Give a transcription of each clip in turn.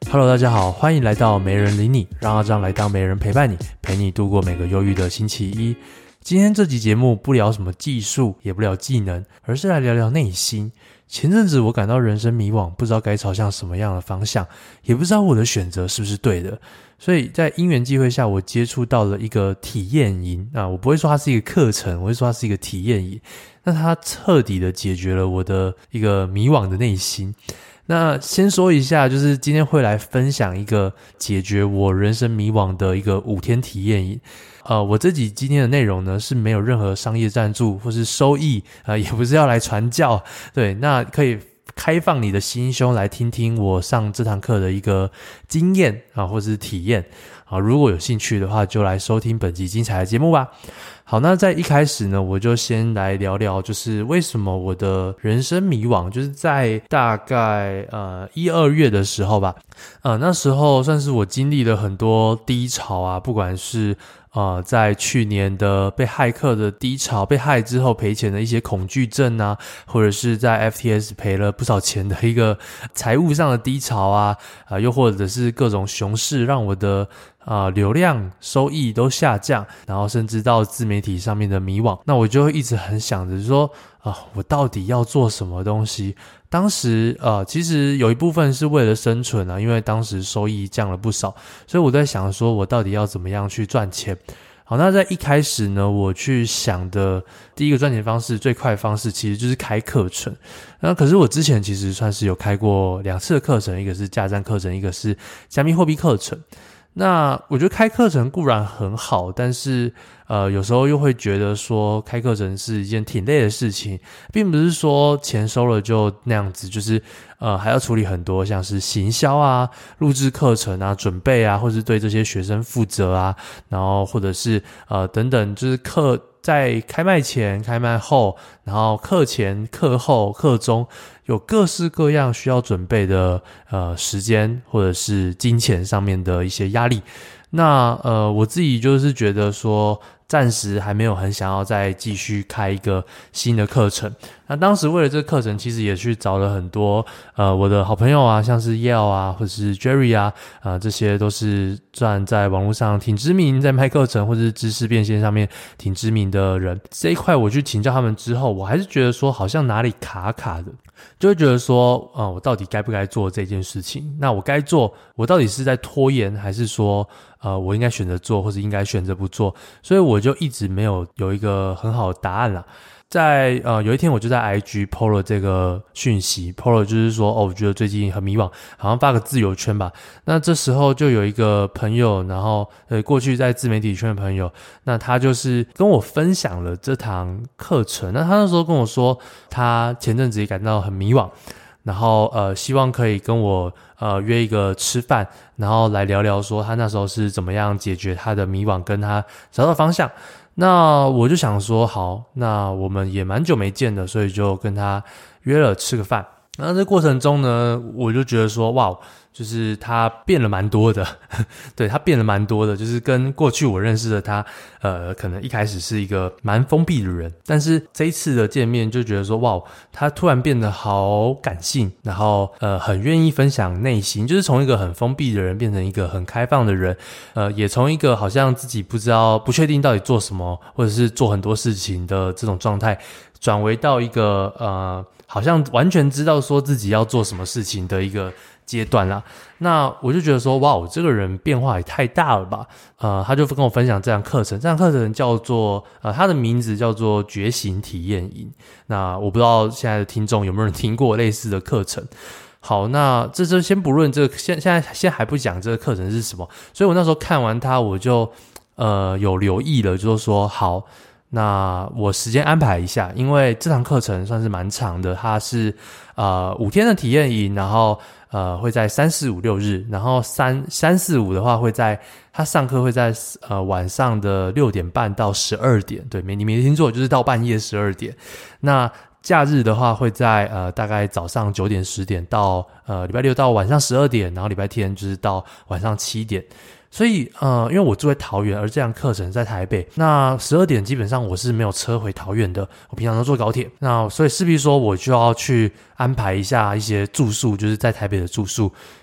Hello， 大家好，欢迎来到没人理你，让阿张来当没人陪伴你，陪你度过每个忧郁的星期一。今天这集节目不聊什么技术，也不聊技能，而是来聊聊内心。前阵子我感到人生迷惘，不知道该朝向什么样的方向，也不知道我的选择是不是对的。所以在因缘际会下，我接触到了一个体验营我不会说它是一个课程，我会说它是一个体验营。那它彻底的解决了我的一个迷惘的内心。那先说一下，就是今天会来分享一个解决我人生迷惘的一个5天体验营。我这集今天的内容呢是没有任何商业赞助或是收益，也不是要来传教，对，那可以开放你的心胸来听听我上这堂课的一个经验或是体验。如果有兴趣的话，就来收听本集精彩的节目吧。好，那在一开始呢，我就先来聊聊，就是为什么我的人生迷惘，就是在大概1、2月的时候吧，那时候算是我经历了很多低潮不管是在去年的被骇客的低潮，被害之后赔钱的一些恐惧症或者是在 FTS 赔了不少钱的一个财务上的低潮又或者是各种熊市让我的流量收益都下降，然后甚至到自媒体上面的迷惘。那我就会一直很想着说我到底要做什么东西。当时其实有一部分是为了生存因为当时收益降了不少，所以我在想说我到底要怎么样去赚钱。好，那在一开始呢，我去想的第一个赚钱方式，最快的方式其实就是开课程。那可是我之前其实算是有开过2次的课程，一个是架站课程，一个是加密货币课程。那我觉得开课程固然很好，但是有时候又会觉得说开课程是一件挺累的事情，并不是说钱收了就那样子，就是还要处理很多像是行销录制课程准备或是对这些学生负责然后或者是等等，就是课在开卖前、开卖后，然后课前、课后、课中，有各式各样需要准备的时间或者是金钱上面的一些压力。那我自己就是觉得说暂时还没有很想要再继续开一个新的课程。那当时为了这个课程，其实也去找了很多我的好朋友像是 Yale 或者是 Jerry 这些都是算在网络上挺知名，在卖课程或者是知识变现上面挺知名的人。这一块我去请教他们之后，我还是觉得说好像哪里卡卡的，就会觉得说我到底该不该做这件事情。那我该做，我到底是在拖延，还是说我应该选择做，或是应该选择不做。所以我就一直没有一个很好的答案啦。在有一天我就在 IG po 了这个讯息，po 了就是说我觉得最近很迷惘，好像发个自由圈吧。那这时候就有一个朋友，然后过去在自媒体圈的朋友，那他就是跟我分享了这堂课程。那他那时候跟我说他前阵子也感到很迷惘，然后希望可以跟我约一个吃饭，然后来聊聊说他那时候是怎么样解决他的迷惘，跟他找到方向。那我就想说好，那我们也蛮久没见的，所以就跟他约了吃个饭。那这过程中呢，我就觉得说哇，就是他变了蛮多的对，他变了蛮多的，就是跟过去我认识的他可能一开始是一个蛮封闭的人，但是这一次的见面就觉得说哇，他突然变得好感性，然后很愿意分享内心，就是从一个很封闭的人变成一个很开放的人，也从一个好像自己不确定到底做什么，或者是做很多事情的这种状态，转为到一个好像完全知道说自己要做什么事情的一个阶段啦。那我就觉得说哇，这个人变化也太大了吧。他就跟我分享这堂课程，这堂课程叫做他的名字叫做觉醒体验营。那我不知道现在的听众有没有人听过类似的课程。好，那这就先不论这个现在还不讲这个课程是什么。所以我那时候看完它，我就有留意了，就是说好，那我时间安排一下，因为这堂课程算是蛮长的，它是5天的体验营，然后会在3、4、5、6日，然后3、4、5的话会在他上课会在晚上的6点半到12点，对，你没听错，就是到半夜12点。那假日的话会在大概早上9点10点到礼拜六到晚上12点，然后礼拜天就是到晚上7点。所以因为我住在桃园，而这堂课程在台北，那12点基本上我是没有车回桃园的，我平常都坐高铁，那所以势必说我就要去安排一下一些住宿，就是在台北的住宿。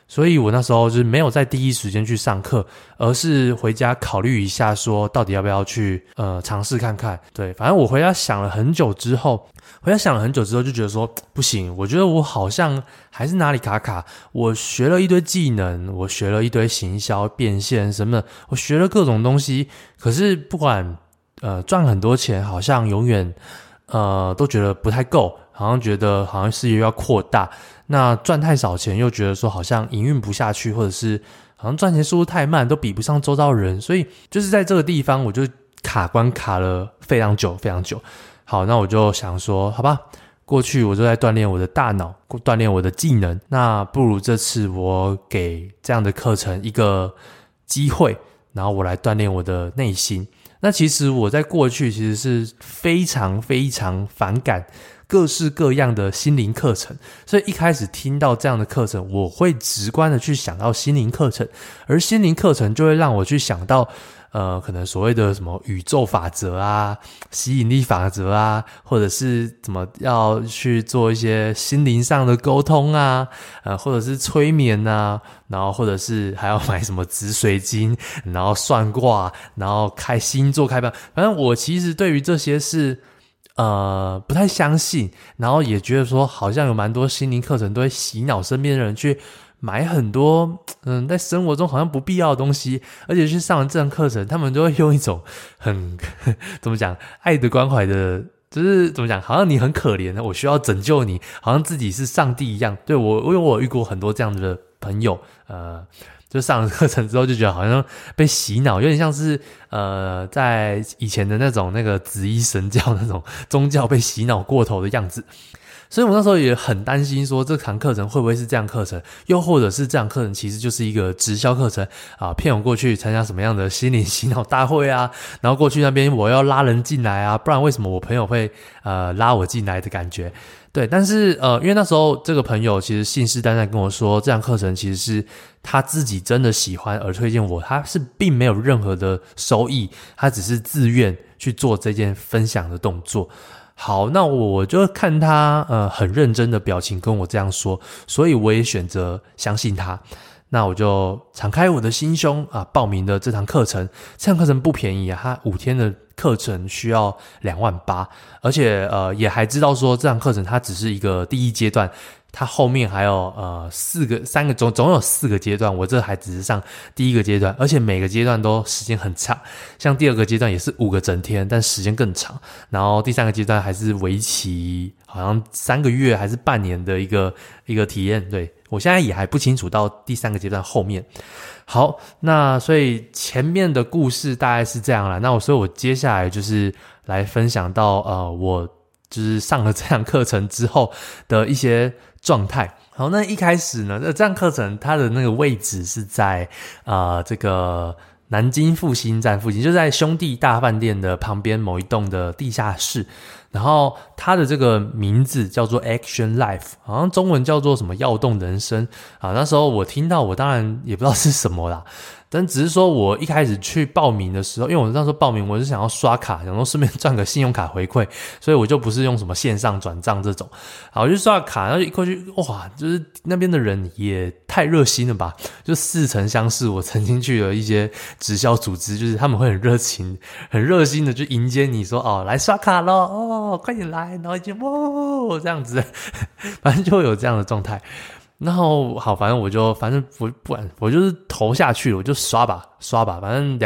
所以我那时候就是没有在第一时间去上课，而是回家考虑一下说到底要不要去尝试看看。对，反正我回家想了很久之后就觉得说不行，我觉得我好像还是哪里卡卡。我学了一堆技能，我学了一堆行销变现什么的，我学了各种东西，可是不管赚很多钱，好像永远都觉得不太够，好像觉得好像事业要扩大，那赚太少钱又觉得说好像营运不下去，或者是好像赚钱速度太慢，都比不上周遭人，所以就是在这个地方我就卡关卡了非常久非常久。好，那我就想说好吧，过去我就在锻炼我的大脑，锻炼我的技能，那不如这次我给这样的课程一个机会，然后我来锻炼我的内心。那其实我在过去其实是非常非常反感各式各样的心灵课程，所以一开始听到这样的课程，我会直观的去想到心灵课程，而心灵课程就会让我去想到可能所谓的什么宇宙法则啊、吸引力法则啊，或者是怎么要去做一些心灵上的沟通啊，或者是催眠啊，然后或者是还要买什么紫水晶，然后算卦，然后开星座开班，反正我其实对于这些是不太相信，然后也觉得说好像有蛮多心灵课程都会洗脑身边的人去买很多在生活中好像不必要的东西，而且去上完这堂课程，他们都会用一种很怎么讲爱的关怀的，就是怎么讲，好像你很可怜，我需要拯救你，好像自己是上帝一样。对，因为我有遇过很多这样的朋友，就上了课程之后就觉得好像被洗脑，有点像是在以前的那个紫衣神教那种宗教被洗脑过头的样子。所以我那时候也很担心说这堂课程会不会是这样课程，又或者是这堂课程其实就是一个直销课程啊，骗我过去参加什么样的心灵洗脑大会啊，然后过去那边我要拉人进来啊，不然为什么我朋友会拉我进来的感觉。对，但是因为那时候这个朋友其实信誓旦旦跟我说这堂课程其实是他自己真的喜欢而推荐我，他是并没有任何的收益，他只是自愿去做这件分享的动作。好，那我就看他很认真的表情跟我这样说，所以我也选择相信他。那我就敞开我的心胸啊，报名的这堂课程。这堂课程不便宜啊，它5天的课程需要28000，而且也还知道说这堂课程它只是一个第一阶段，它后面还有3个总有4个阶段，我这还只是上第一个阶段，而且每个阶段都时间很长，像第2个阶段也是5个整天，但时间更长，然后第3个阶段还是为期好像3个月还是半年的一个体验。对，我现在也还不清楚到第3个阶段后面。好，那所以前面的故事大概是这样啦，所以我接下来就是来分享到我就是上了这堂课程之后的一些状态。好，那一开始呢，这堂课程它的那个位置是在这个南京复兴站附近，就在兄弟大饭店的旁边某一栋的地下室。然后它的这个名字叫做 Action Life， 好像中文叫做什么耀动人生啊。那时候我听到，我当然也不知道是什么啦，但只是说我一开始去报名的时候，因为我那时候报名我是想要刷卡，想说顺便赚个信用卡回馈，所以我就不是用什么线上转账这种。好，我就刷卡，然后一过去，哇，就是那边的人也太热心了吧，就似曾相识。我曾经去了一些直销组织，就是他们会很热情很热心的去迎接你说来刷卡咯，快点来，然后就哇这样子，反正就会有这样的状态。然后好，反正我不管，我就是投下去了，我就刷吧，反正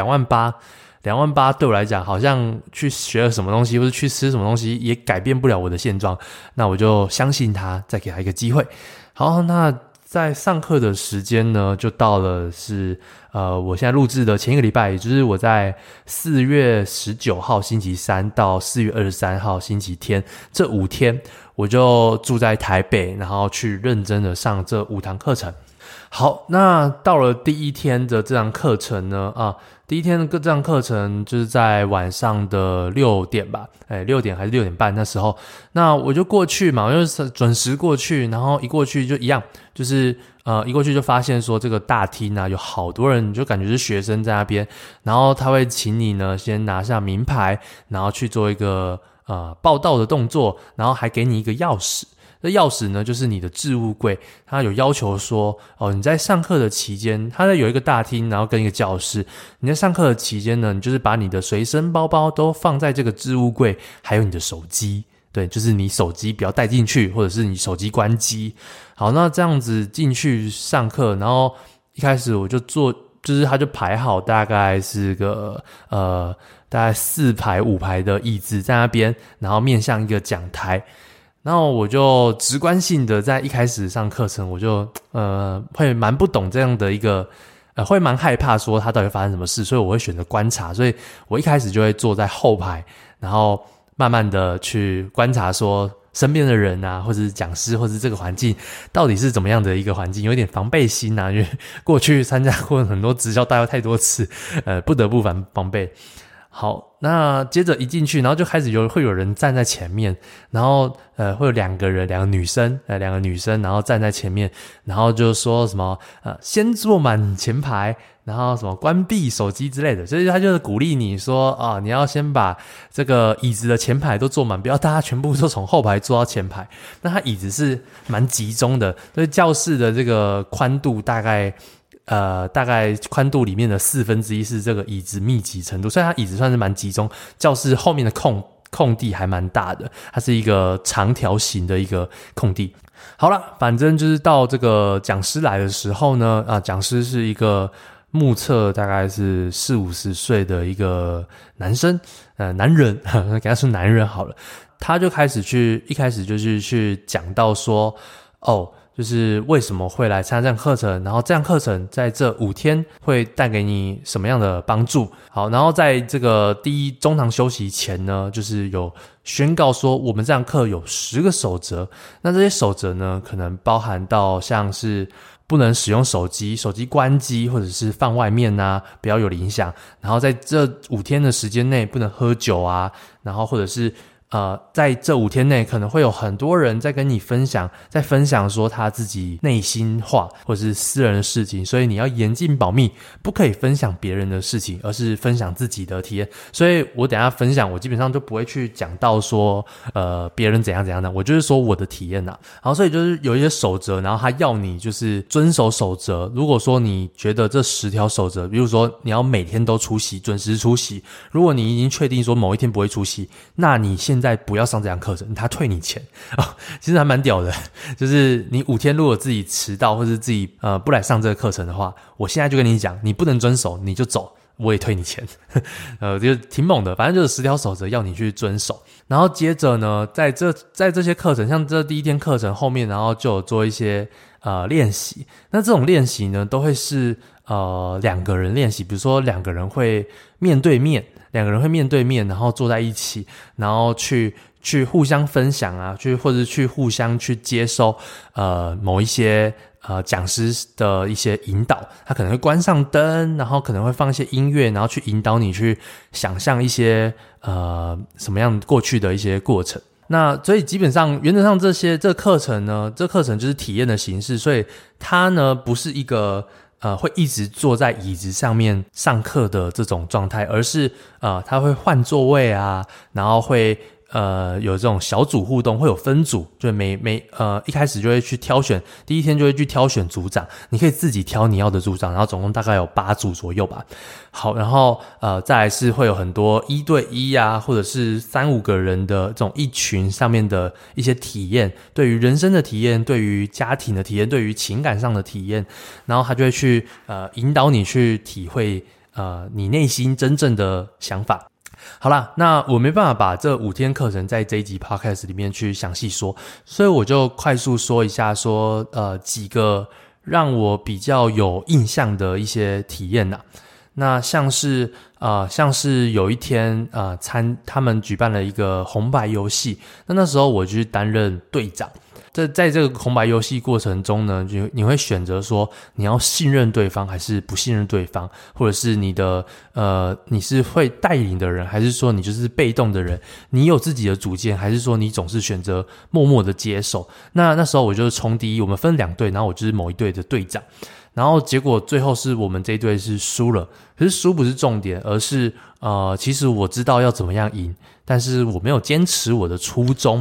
28000对我来讲，好像去学了什么东西，或者去吃什么东西，也改变不了我的现状。那我就相信他，再给他一个机会。好，那在上课的时间呢，就到了是我现在录制的前一个礼拜，也就是我在4月19号星期三到4月23号星期天这5天，我就住在台北，然后去认真的上这5堂课程。好，那到了第1天的这堂课程呢，第1天的这堂课程就是在晚上的6点吧，6点还是6点半那时候，那我就过去嘛，我就准时过去，然后一过去就一样，就是一过去就发现说这个大厅啊有好多人，就感觉是学生在那边，然后他会请你呢先拿下名牌，然后去做一个报到的动作，然后还给你一个钥匙。 这钥匙呢，就是你的置物柜，它有要求说，你在上课的期间，它有一个大厅，然后跟一个教室，你在上课的期间呢，你就是把你的随身包包都放在这个置物柜，还有你的手机，对，就是你手机不要带进去，或者是你手机关机。好，那这样子进去上课，然后一开始我就坐，就是他就排好大概是个大概4排5排的椅子在那边，然后面向一个讲台。然后我就直观性的在一开始上课程，我就会蛮不懂这样的一个会蛮害怕说他到底发生什么事，所以我会选择观察，所以我一开始就会坐在后排，然后慢慢的去观察说身边的人啊，或者是讲师，或者是这个环境到底是怎么样的一个环境，有点防备心啊，因为过去参加过很多直销大会太多次，不得不防备。好，那接着一进去，然后就开始会有人站在前面，然后会有两个女生，然后站在前面，然后就说什么先坐满前排，然后什么关闭手机之类的，所以他就是鼓励你说啊，你要先把这个椅子的前排都坐满，不要大家全部都从后排坐到前排。那他椅子是蛮集中的，所以教室的这个宽度大概宽度里面的1/4是这个椅子密集程度，所以它椅子算是蛮集中，教室后面的空地还蛮大的，它是一个长条形的一个空地。好啦，反正就是到这个讲师来的时候呢，讲师是一个目测大概是40-50岁的一个男生，男人，给他说男人好了，他就一开始就是去讲到说，就是为什么会来参加这样课程，然后这样课程在这5天会带给你什么样的帮助。好，然后在这个第一中堂休息前呢，就是有宣告说我们这堂课有10个守则，那这些守则呢可能包含到像是不能使用手机关机，或者是放外面啊，不要有影响，然后在这5天的时间内不能喝酒啊，然后或者是在这5天内可能会有很多人在跟你分享说他自己内心话或者是私人的事情，所以你要严禁保密，不可以分享别人的事情，而是分享自己的体验。所以我等一下分享，我基本上就不会去讲到说别人怎样怎样的，我就是说我的体验啊。然后所以就是有一些守则，然后他要你就是遵守守则。如果说你觉得这10条守则，比如说你要每天都出席，准时出席，如果你已经确定说某一天不会出席，那你现在不要上这堂课程，他退你钱其实还蛮屌的，就是你5天如果自己迟到或是自己不来上这个课程的话，我现在就跟你讲，你不能遵守你就走，我也退你钱就挺猛的，反正就是10条守则要你去遵守。然后接着呢，在这些课程，像这第1天课程后面，然后就有做一些练习。那这种练习呢，都会是2个人练习，比如说2个人会面对面，然后坐在一起，然后去互相分享啊，或者去互相去接收某一些讲师的一些引导，他可能会关上灯，然后可能会放一些音乐，然后去引导你去想象一些什么样过去的一些过程。那所以基本上原则上这课程呢，这课程就是体验的形式，所以它呢不是一个会一直坐在椅子上面上课的这种状态，而是他会换座位啊，然后会有这种小组互动，会有分组，就一开始就会去挑选，第1天就会去挑选组长，你可以自己挑你要的组长，然后总共大概有8组左右吧。好，然后再来是会有很多1对1啊，或者是3-5个人的这种一群上面的一些体验，对于人生的体验，对于家庭的体验，对于情感上的体验，然后他就会去引导你去体会你内心真正的想法。好啦，那我没办法把这5天课程在这一集 podcast 里面去详细说，所以我就快速说一下说几个让我比较有印象的一些体验啦。那像是有一天他们举办了一个红白游戏，那时候我就担任队长。在这个红白游戏过程中呢，你会选择说你要信任对方还是不信任对方，或者是你是会带领的人，还是说你就是被动的人，你有自己的主见，还是说你总是选择默默的接受。那时候我就是冲第一，我们分2队，然后我就是某一队的队长，然后结果最后是我们这一队是输了，可是输不是重点，而是其实我知道要怎么样赢，但是我没有坚持我的初衷。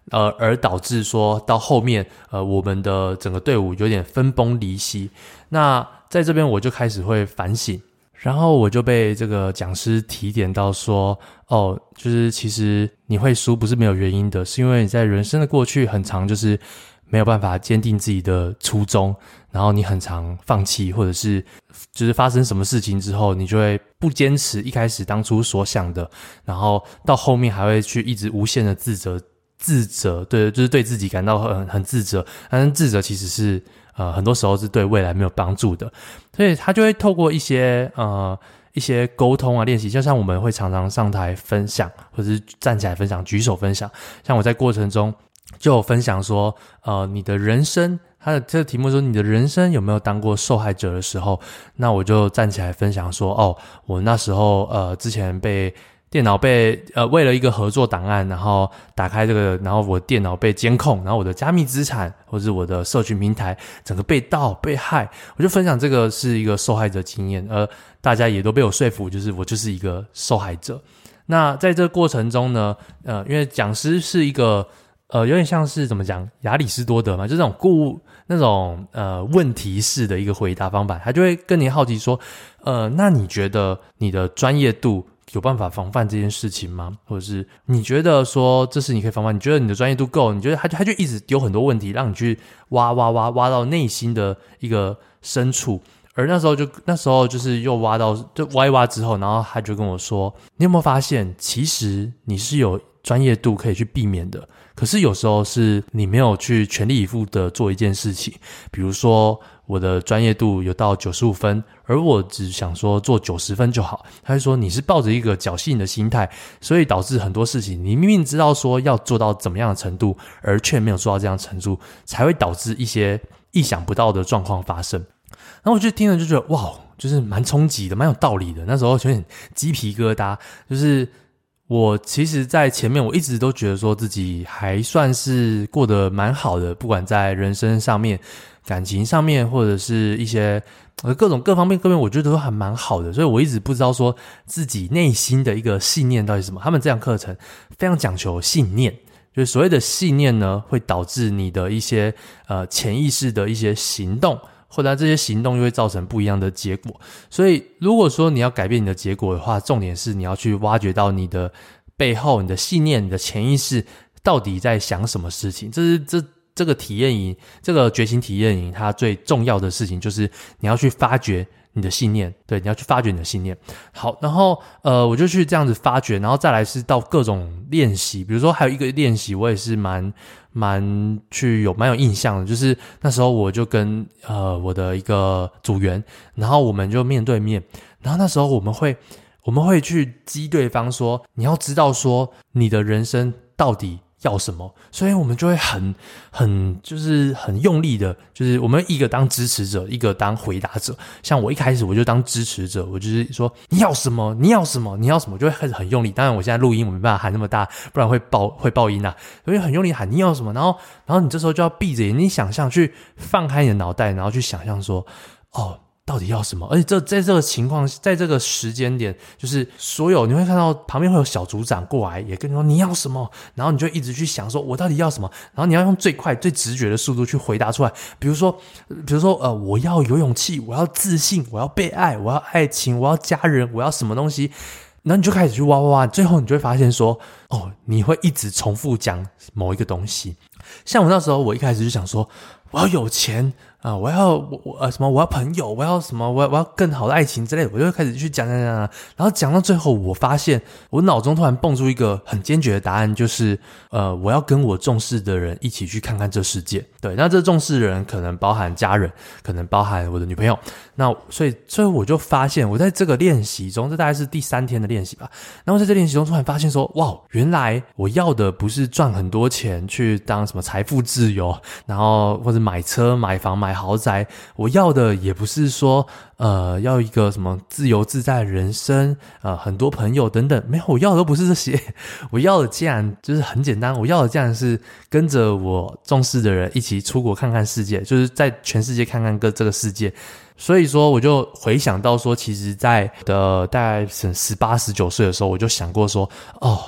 而导致说到后面我们的整个队伍有点分崩离析。那在这边我就开始会反省，然后我就被这个讲师提点到说，就是其实你会输不是没有原因的，是因为你在人生的过去很长就是没有办法坚定自己的初衷，然后你很常放弃，或者是就是发生什么事情之后你就会不坚持一开始当初所想的，然后到后面还会去一直无限的自责，对，就是对自己感到很自责，但是自责其实是很多时候是对未来没有帮助的，所以他就会透过一些沟通啊练习，就像我们会常常上台分享，或者是站起来分享，举手分享，像我在过程中就有分享说你的人生，他的这个题目说你的人生有没有当过受害者的时候，那我就站起来分享说我那时候之前被电脑为了一个合作档案，然后打开这个，然后我电脑被监控，然后我的加密资产或是我的社群平台整个被盗被害，我就分享这个是一个受害者经验，而大家也都被我说服，就是我就是一个受害者。那在这个过程中呢因为讲师是一个有点像是怎么讲亚里士多德嘛，就这种那种问题式的一个回答方法，他就会跟你好奇说那你觉得你的专业度有办法防范这件事情吗？或者是你觉得说这是你可以防范，你觉得你的专业度够，你觉得他就一直丢很多问题让你去挖到内心的一个深处。而那时候就是又就挖一挖之后，然后他就跟我说，你有没有发现其实你是有专业度可以去避免的，可是有时候是你没有去全力以赴的做一件事情，比如说我的专业度有到95分，而我只想说做90分就好，他就说你是抱着一个侥幸的心态，所以导致很多事情你明明知道说要做到怎么样的程度，而却没有做到这样的程度，才会导致一些意想不到的状况发生。然后我就听了就觉得哇，就是蛮冲击的，蛮有道理的，那时候有点鸡皮疙瘩。就是我其实在前面我一直都觉得说自己还算是过得蛮好的，不管在人生上面感情上面或者是一些各方面我觉得都还蛮好的，所以我一直不知道说自己内心的一个信念到底是什么。他们这堂课程非常讲求信念，就是所谓的信念呢会导致你的一些潜意识的一些行动，或者这些行动又会造成不一样的结果。所以如果说你要改变你的结果的话，重点是你要去挖掘到你的背后，你的信念，你的潜意识到底在想什么事情。这个体验营，这个觉醒体验营，它最重要的事情就是你要去发掘你的信念，对，你要去发掘你的信念。好，然后我就去这样子发掘，然后再来是到各种练习，比如说还有一个练习我也是蛮有印象的，就是那时候我就跟我的一个组员，然后我们就面对面，然后那时候我们会去激对方说，你要知道说你的人生到底要什么，所以我们就会就是很用力的，就是我们一个当支持者，一个当回答者。像我一开始我就当支持者，我就是说你要什么，你要什么，你要什么，就会开始很用力。当然我现在录音我没办法喊那么大，不然会爆音啊，所以很用力喊你要什么，然后你这时候就要闭着眼睛想象，去放开你的脑袋，然后去想象说到底要什么？而且在这个情况，在这个时间点，就是所有你会看到旁边会有小组长过来，也跟你说你要什么，然后你就一直去想说我到底要什么，然后你要用最快最直觉的速度去回答出来。比如说我要有勇气，我要自信，我要被爱，我要爱情，我要家人，我要什么东西，然后你就开始去挖，最后你就会发现说你会一直重复讲某一个东西。像我那时候我一开始就想说我要有钱我要什么，我要朋友，我要什么，我要更好的爱情之类的，我就会开始去讲，然后讲到最后，我发现我脑中突然蹦出一个很坚决的答案，就是我要跟我重视的人一起去看看这世界。对，那这重视的人可能包含家人，可能包含我的女朋友。那所以我就发现，我在这个练习中，这大概是第3天的练习吧。然后在这练习中突然发现说，哇，原来我要的不是赚很多钱去当什么财富自由，然后或者买车买房买豪宅，我要的也不是说要一个什么自由自在的人生很多朋友等等，没有，我要的都不是这些。我要的竟然就是很简单，我要的竟然是跟着我重视的人一起出国看看世界，就是在全世界看看这个世界。所以说我就回想到说，其实在大概18、19岁的时候，我就想过说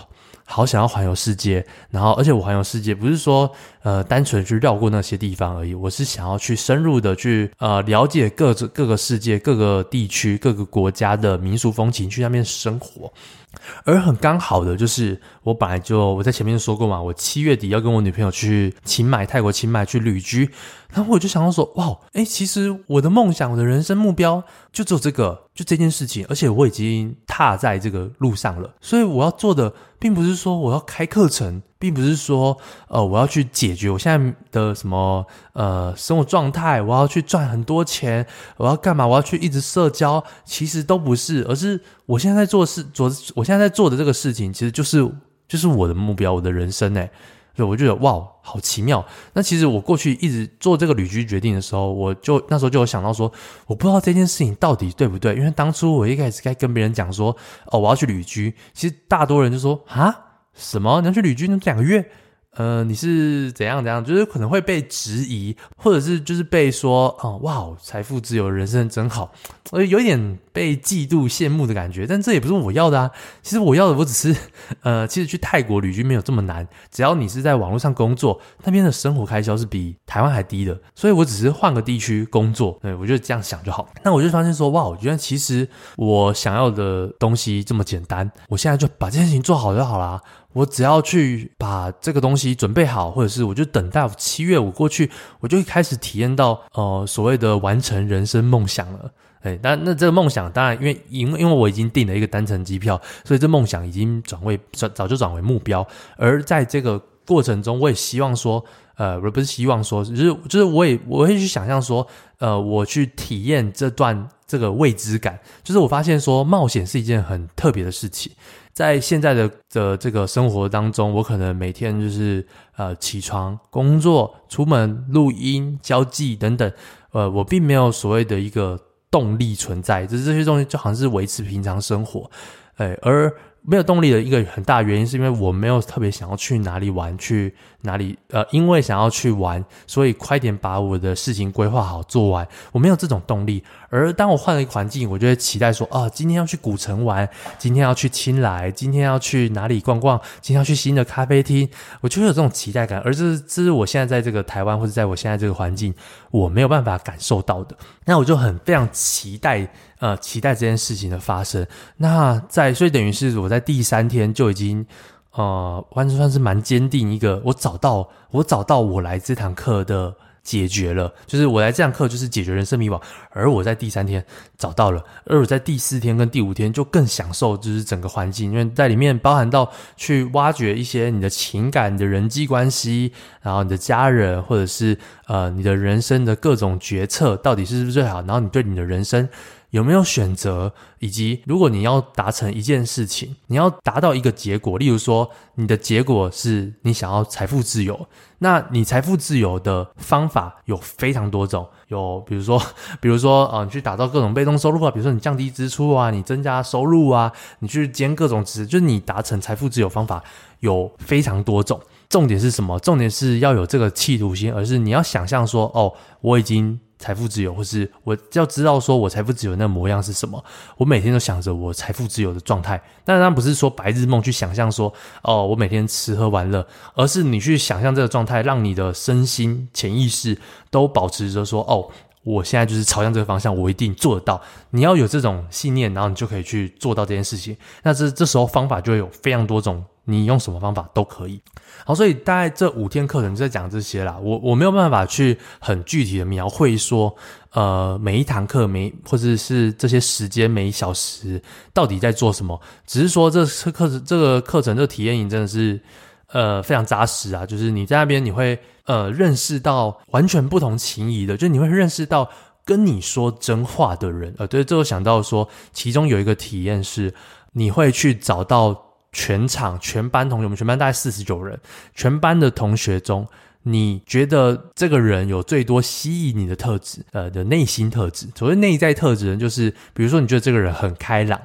好想要环游世界，然后而且我环游世界不是说单纯去绕过那些地方而已，我是想要去深入的去了解各个世界、各个地区、各个国家的民俗风情，去那边生活。而很刚好的就是我在前面说过嘛，我7月底要跟我女朋友去泰国清迈去旅居，然后我就想到说，哇，其实我的梦想，我的人生目标就只有这件事情，而且我已经踏在这个路上了，所以我要做的并不是说我要开课程，并不是说我要去解决我现在的什么生活状态，我要去赚很多钱，我要干嘛，我要去一直社交，其实都不是，而是我现在在做的这个事情，其实就是我的目标，我的人生所以我觉得哇，好奇妙。那其实我过去一直做这个旅居决定的时候，那时候就有想到说，我不知道这件事情到底对不对，因为当初我一开始该跟别人讲说，我要去旅居，其实大多人就说什么你要去旅居那2个月？你是怎样，就是可能会被质疑，或者是就是被说哇，财富自由，人生真好，有一点被嫉妒羡慕的感觉，但这也不是我要的啊。其实我要的我只是其实去泰国旅居没有这么难，只要你是在网络上工作，那边的生活开销是比台湾还低的，所以我只是换个地区工作，对，我就这样想就好。那我就发现说，哇，原来其实我想要的东西这么简单，我现在就把这件事情做好就好啦。我只要去把这个东西准备好，或者是我就等到7月我过去，我就会开始体验到所谓的完成人生梦想了。那这个梦想当然因为我已经订了一个单程机票，所以这梦想已经早就转为目标。而在这个过程中，我也希望说不是希望说，就是我会去想象说我去体验这个未知感，就是我发现说冒险是一件很特别的事情。在现在的这个生活当中，我可能每天就是起床、工作、出门、录音、交际等等，我并没有所谓的一个动力存在，就是这些东西就好像是维持平常生活，而没有动力的一个很大的原因是因为我没有特别想要去哪里玩，去哪里因为想要去玩，所以快点把我的事情规划好做完，我没有这种动力。而当我换了一个环境，我就会期待说今天要去古城玩，今天要去清莱，今天要去哪里逛逛，今天要去新的咖啡厅，我就会有这种期待感。而这是我现在在这个台湾或者在我现在这个环境我没有办法感受到的，那我就非常期待这件事情的发生。那所以等于是我在第3天就已经算是蛮坚定一个我找到我来这堂课的解决了，就是我来这堂课就是解决人生迷惘，而我在第3天找到了，而我在第4天跟第5天就更享受就是整个环境，因为在里面包含到去挖掘一些你的情感、你的人际关系，然后你的家人，或者是你的人生的各种决策到底是不是最好，然后你对你的人生有没有选择，以及如果你要达成一件事情，你要达到一个结果，例如说你的结果是你想要财富自由，那你财富自由的方法有非常多种，有比如说你去打造各种被动收入啊，比如说你降低支出啊，你增加收入啊，你去兼各种职，就是你达成财富自由方法有非常多种。重点是什么？重点是要有这个企图心，而是你要想象说我已经财富自由，或是我要知道说我财富自由的那个模样是什么，我每天都想着我财富自由的状态。当然不是说白日梦去想象说我每天吃喝玩乐，而是你去想象这个状态，让你的身心潜意识都保持着说我现在就是朝向这个方向，我一定做得到。你要有这种信念，然后你就可以去做到这件事情。那这时候方法就会有非常多种，你用什么方法都可以。好，所以大概这5天课程就在讲这些啦。我没有办法去很具体的描绘说每一堂课或者是这些时间每一小时到底在做什么，只是说这个课程这个体验营真的是非常扎实啊，就是你在那边你会认识到完全不同情谊的，就是你会认识到跟你说真话的人。对，这我想到说其中有一个体验是你会去找到全班同学，我们全班大概49人，全班的同学中，你觉得这个人有最多吸引你的特质的内心特质。所谓内在特质呢，就是比如说你觉得这个人很开朗，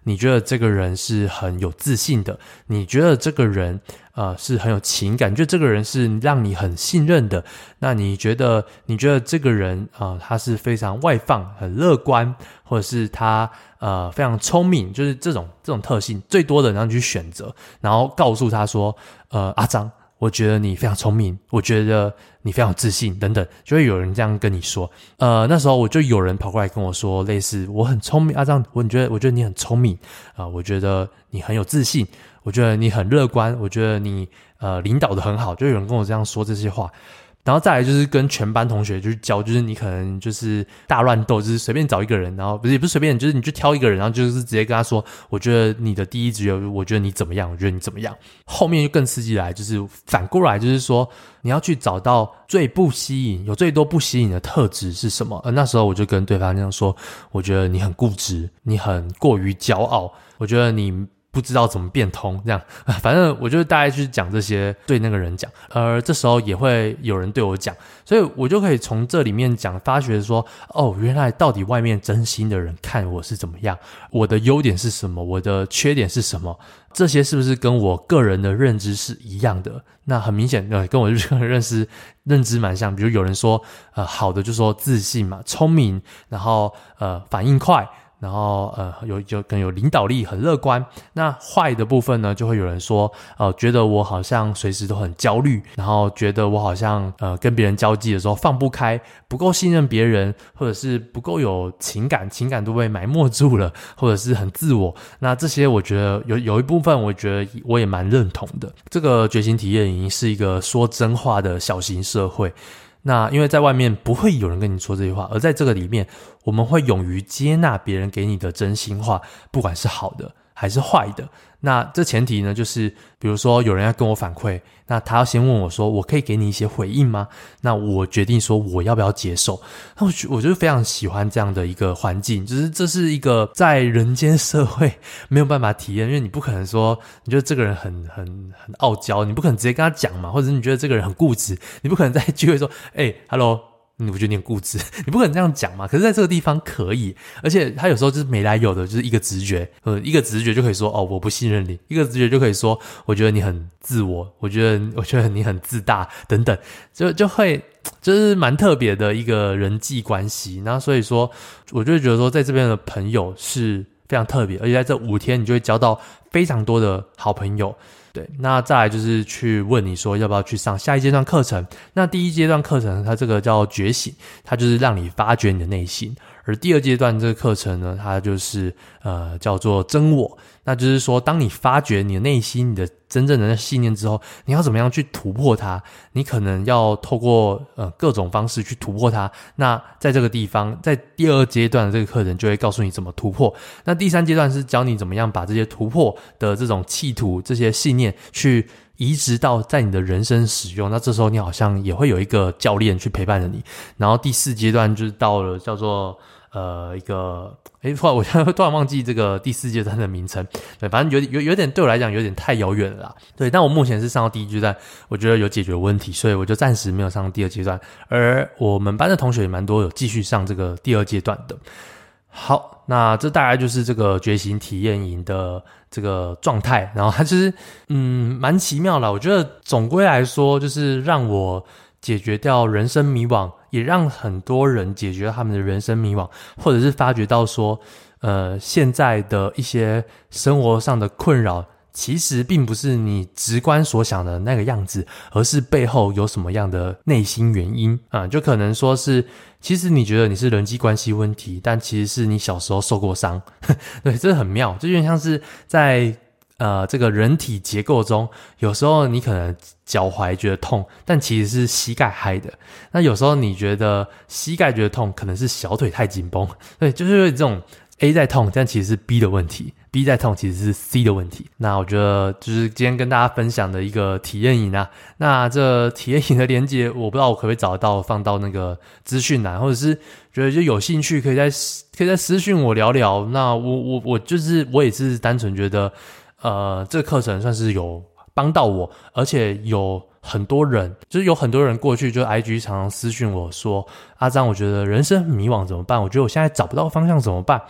你觉得这个人是很有自信的，你觉得这个人是很有情感，你觉得这个人是让你很信任的，那你觉得这个人他是非常外放很乐观，或者是他非常聪明，就是这种特性最多的，然后你去选择，然后告诉他说阿璋，我觉得你非常聪明，我觉得你非常自信等等，就会有人这样跟你说。那时候我就有人跑过来跟我说类似我很聪明，阿璋，我觉得你很聪明我觉得你很有自信，我觉得你很乐观，我觉得你领导得很好，就有人跟我这样说这些话。然后再来就是跟全班同学就是教，就是你可能就是大乱斗，就是随便找一个人，然后也不是随便，就是你就挑一个人，然后就是直接跟他说，我觉得你的第一直觉，我觉得你怎么样，我觉得你怎么样。后面就更刺激来，就是反过来，就是说你要去找到最不吸引，有最多不吸引的特质是什么。那时候我就跟对方这样说，我觉得你很固执，你很过于骄傲，我觉得你不知道怎么变通，这样反正我就大概去讲这些，对那个人讲，而这时候也会有人对我讲，所以我就可以从这里面发觉说，原来到底外面真心的人看我是怎么样，我的优点是什么，我的缺点是什么，这些是不是跟我个人的认知是一样的？那很明显跟我认知蛮像，比如有人说好的就说自信嘛，聪明，然后反应快，然后更有领导力，很乐观。那坏的部分呢，就会有人说觉得我好像随时都很焦虑，然后觉得我好像跟别人交际的时候放不开，不够信任别人，或者是不够有情感都被埋没住了，或者是很自我。那这些我觉得有一部分我觉得我也蛮认同的。这个觉醒体验营是一个说真话的小型社会，那因为在外面不会有人跟你说这些话，而在这个里面我们会勇于接纳别人给你的真心话，不管是好的还是坏的。那这前提呢，就是比如说有人要跟我反馈，那他要先问我说我可以给你一些回应吗？那我决定说我要不要接受。那我就非常喜欢这样的一个环境，就是这是一个在人间社会没有办法体验，因为你不可能说你觉得这个人很傲娇，你不可能直接跟他讲嘛，或者是你觉得这个人很固执，你不可能在聚会说hello，我觉得你很固执，你不可能这样讲嘛。可是在这个地方可以，而且他有时候就是没来由的，就是一个直觉，一个直觉就可以说我不信任你，一个直觉就可以说我觉得你很自我，我觉得你很自大等等，就会就是蛮特别的一个人际关系。那所以说我就觉得说在这边的朋友是非常特别，而且在这5天你就会交到非常多的好朋友。对，那再来就是去问你说要不要去上下一阶段课程。那第一阶段课程它这个叫觉醒，它就是让你发掘你的内心，而第二阶段这个课程呢，它就是叫做真我。那就是说当你发掘你的内心，你的真正的信念之后，你要怎么样去突破它，你可能要透过各种方式去突破它。那在这个地方，在第二阶段的这个课程就会告诉你怎么突破。那第三阶段是教你怎么样把这些突破的这种企图，这些信念去移植到在你的人生使用。那这时候你好像也会有一个教练去陪伴着你。然后第4阶段就是到了叫做一个我突然忘记这个第4阶段的名称。对，反正有点对我来讲有点太遥远了啦。对，但我目前是上到第1阶段，我觉得有解决问题，所以我就暂时没有上第2阶段。而我们班的同学也蛮多有继续上这个第2阶段的。好，那这大概就是这个觉醒体验营的这个状态，然后它就是蛮奇妙的。我觉得总归来说就是让我解决掉人生迷惘，也让很多人解决他们的人生迷惘，或者是发觉到说现在的一些生活上的困扰其实并不是你直观所想的那个样子，而是背后有什么样的内心原因就可能说是其实你觉得你是人际关系问题，但其实是你小时候受过伤对，这很妙，就有点像是在这个人体结构中，有时候你可能脚踝觉得痛，但其实是膝盖害的。那有时候你觉得膝盖觉得痛，可能是小腿太紧绷。对，就是有这种 A 在痛，但其实是 B 的问题， B 在痛其实是 C 的问题。那我觉得就是今天跟大家分享的一个体验营啊，那这体验营的连结我不知道我可不可以找得到放到那个资讯栏，或者是觉得就有兴趣可以在私讯我聊聊。那我也是单纯觉得这个课程算是有帮到我，而且有很多人过去就 IG 常常私讯我说，阿璋我觉得人生很迷惘怎么办，我觉得我现在找不到方向怎么办。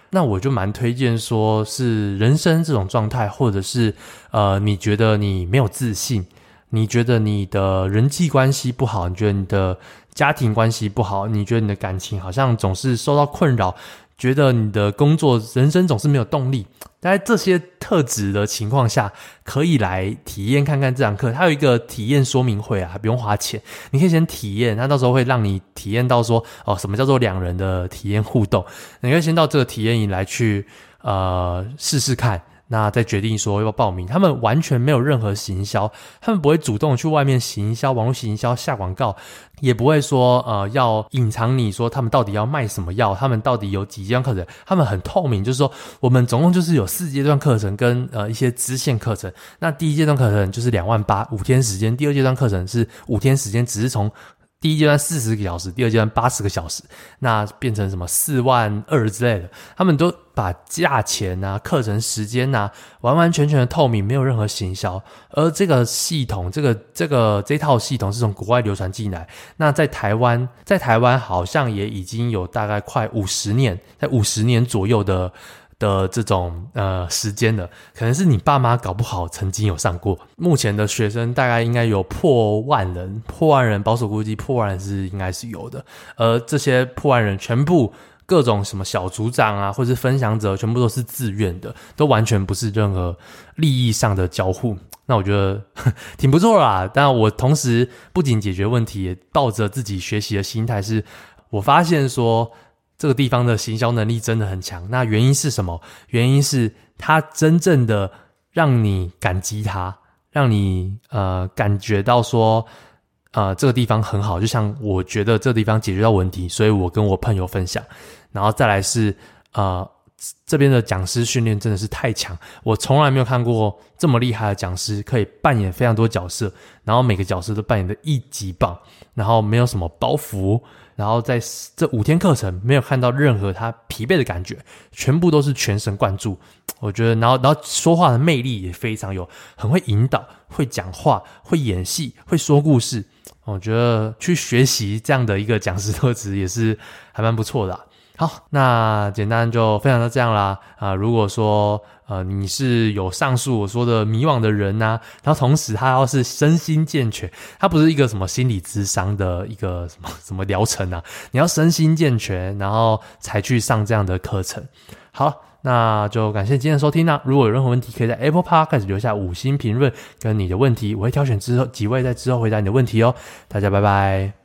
那我就蛮推荐说是人生这种状态，或者是你觉得你没有自信，你觉得你的人际关系不好，你觉得你的家庭关系不好，你觉得你的感情好像总是受到困扰，觉得你的工作人生总是没有动力，在这些特质的情况下，可以来体验看看这堂课。它有一个体验说明会啊，不用花钱，你可以先体验，那到时候会让你体验到说什么叫做两人的体验互动，你可以先到这个体验营来去试试看，那再决定说要不要报名。他们完全没有任何行销，他们不会主动去外面行销，网络行销下广告，也不会说要隐藏你说他们到底要卖什么药，他们到底有几阶段课程，他们很透明，就是说我们总共就是有4阶段课程跟一些支线课程。那第一阶段课程就是28000，5天时间，第二阶段课程是5天时间，只是从第一阶段40个小时，第二阶段80个小时，那变成什么42000之类的，他们都把价钱啊、课程时间啊，完完全全的透明，没有任何行销。而这个系统，这套系统是从国外流传进来，那在台湾好像也已经有大概快50年，在50年左右的这种时间了，可能是你爸妈搞不好曾经有上过。目前的学生大概应该有破万人，保守估计破万人是应该是有的。而这些破万人全部各种什么小组长啊，或是分享者，全部都是自愿的，都完全不是任何利益上的交互。那我觉得挺不错啦。但我同时不仅解决问题，也抱着自己学习的心态，是我发现说这个地方的行销能力真的很强。那原因是什么？原因是它真正的让你感激它，让你感觉到说这个地方很好，就像我觉得这个地方解决到问题，所以我跟我朋友分享。然后再来是这边的讲师训练真的是太强，我从来没有看过这么厉害的讲师，可以扮演非常多角色，然后每个角色都扮演的一级棒，然后没有什么包袱，然后在这5天课程没有看到任何他疲惫的感觉，全部都是全神贯注。我觉得然后说话的魅力也非常有，很会引导，会讲话，会演戏，会说故事。我觉得去学习这样的一个讲师特质也是还蛮不错的好，那简单就分享到这样啦。如果说你是有上述我说的迷惘的人啊，然后同时他要是身心健全，他不是一个什么心理咨商的一个什么疗程啊，你要身心健全，然后才去上这样的课程。好，那就感谢今天的收听啦。如果有任何问题，可以在 Apple Podcast 留下5星评论跟你的问题，我会挑选几位在之后回答你的问题哦。大家拜拜。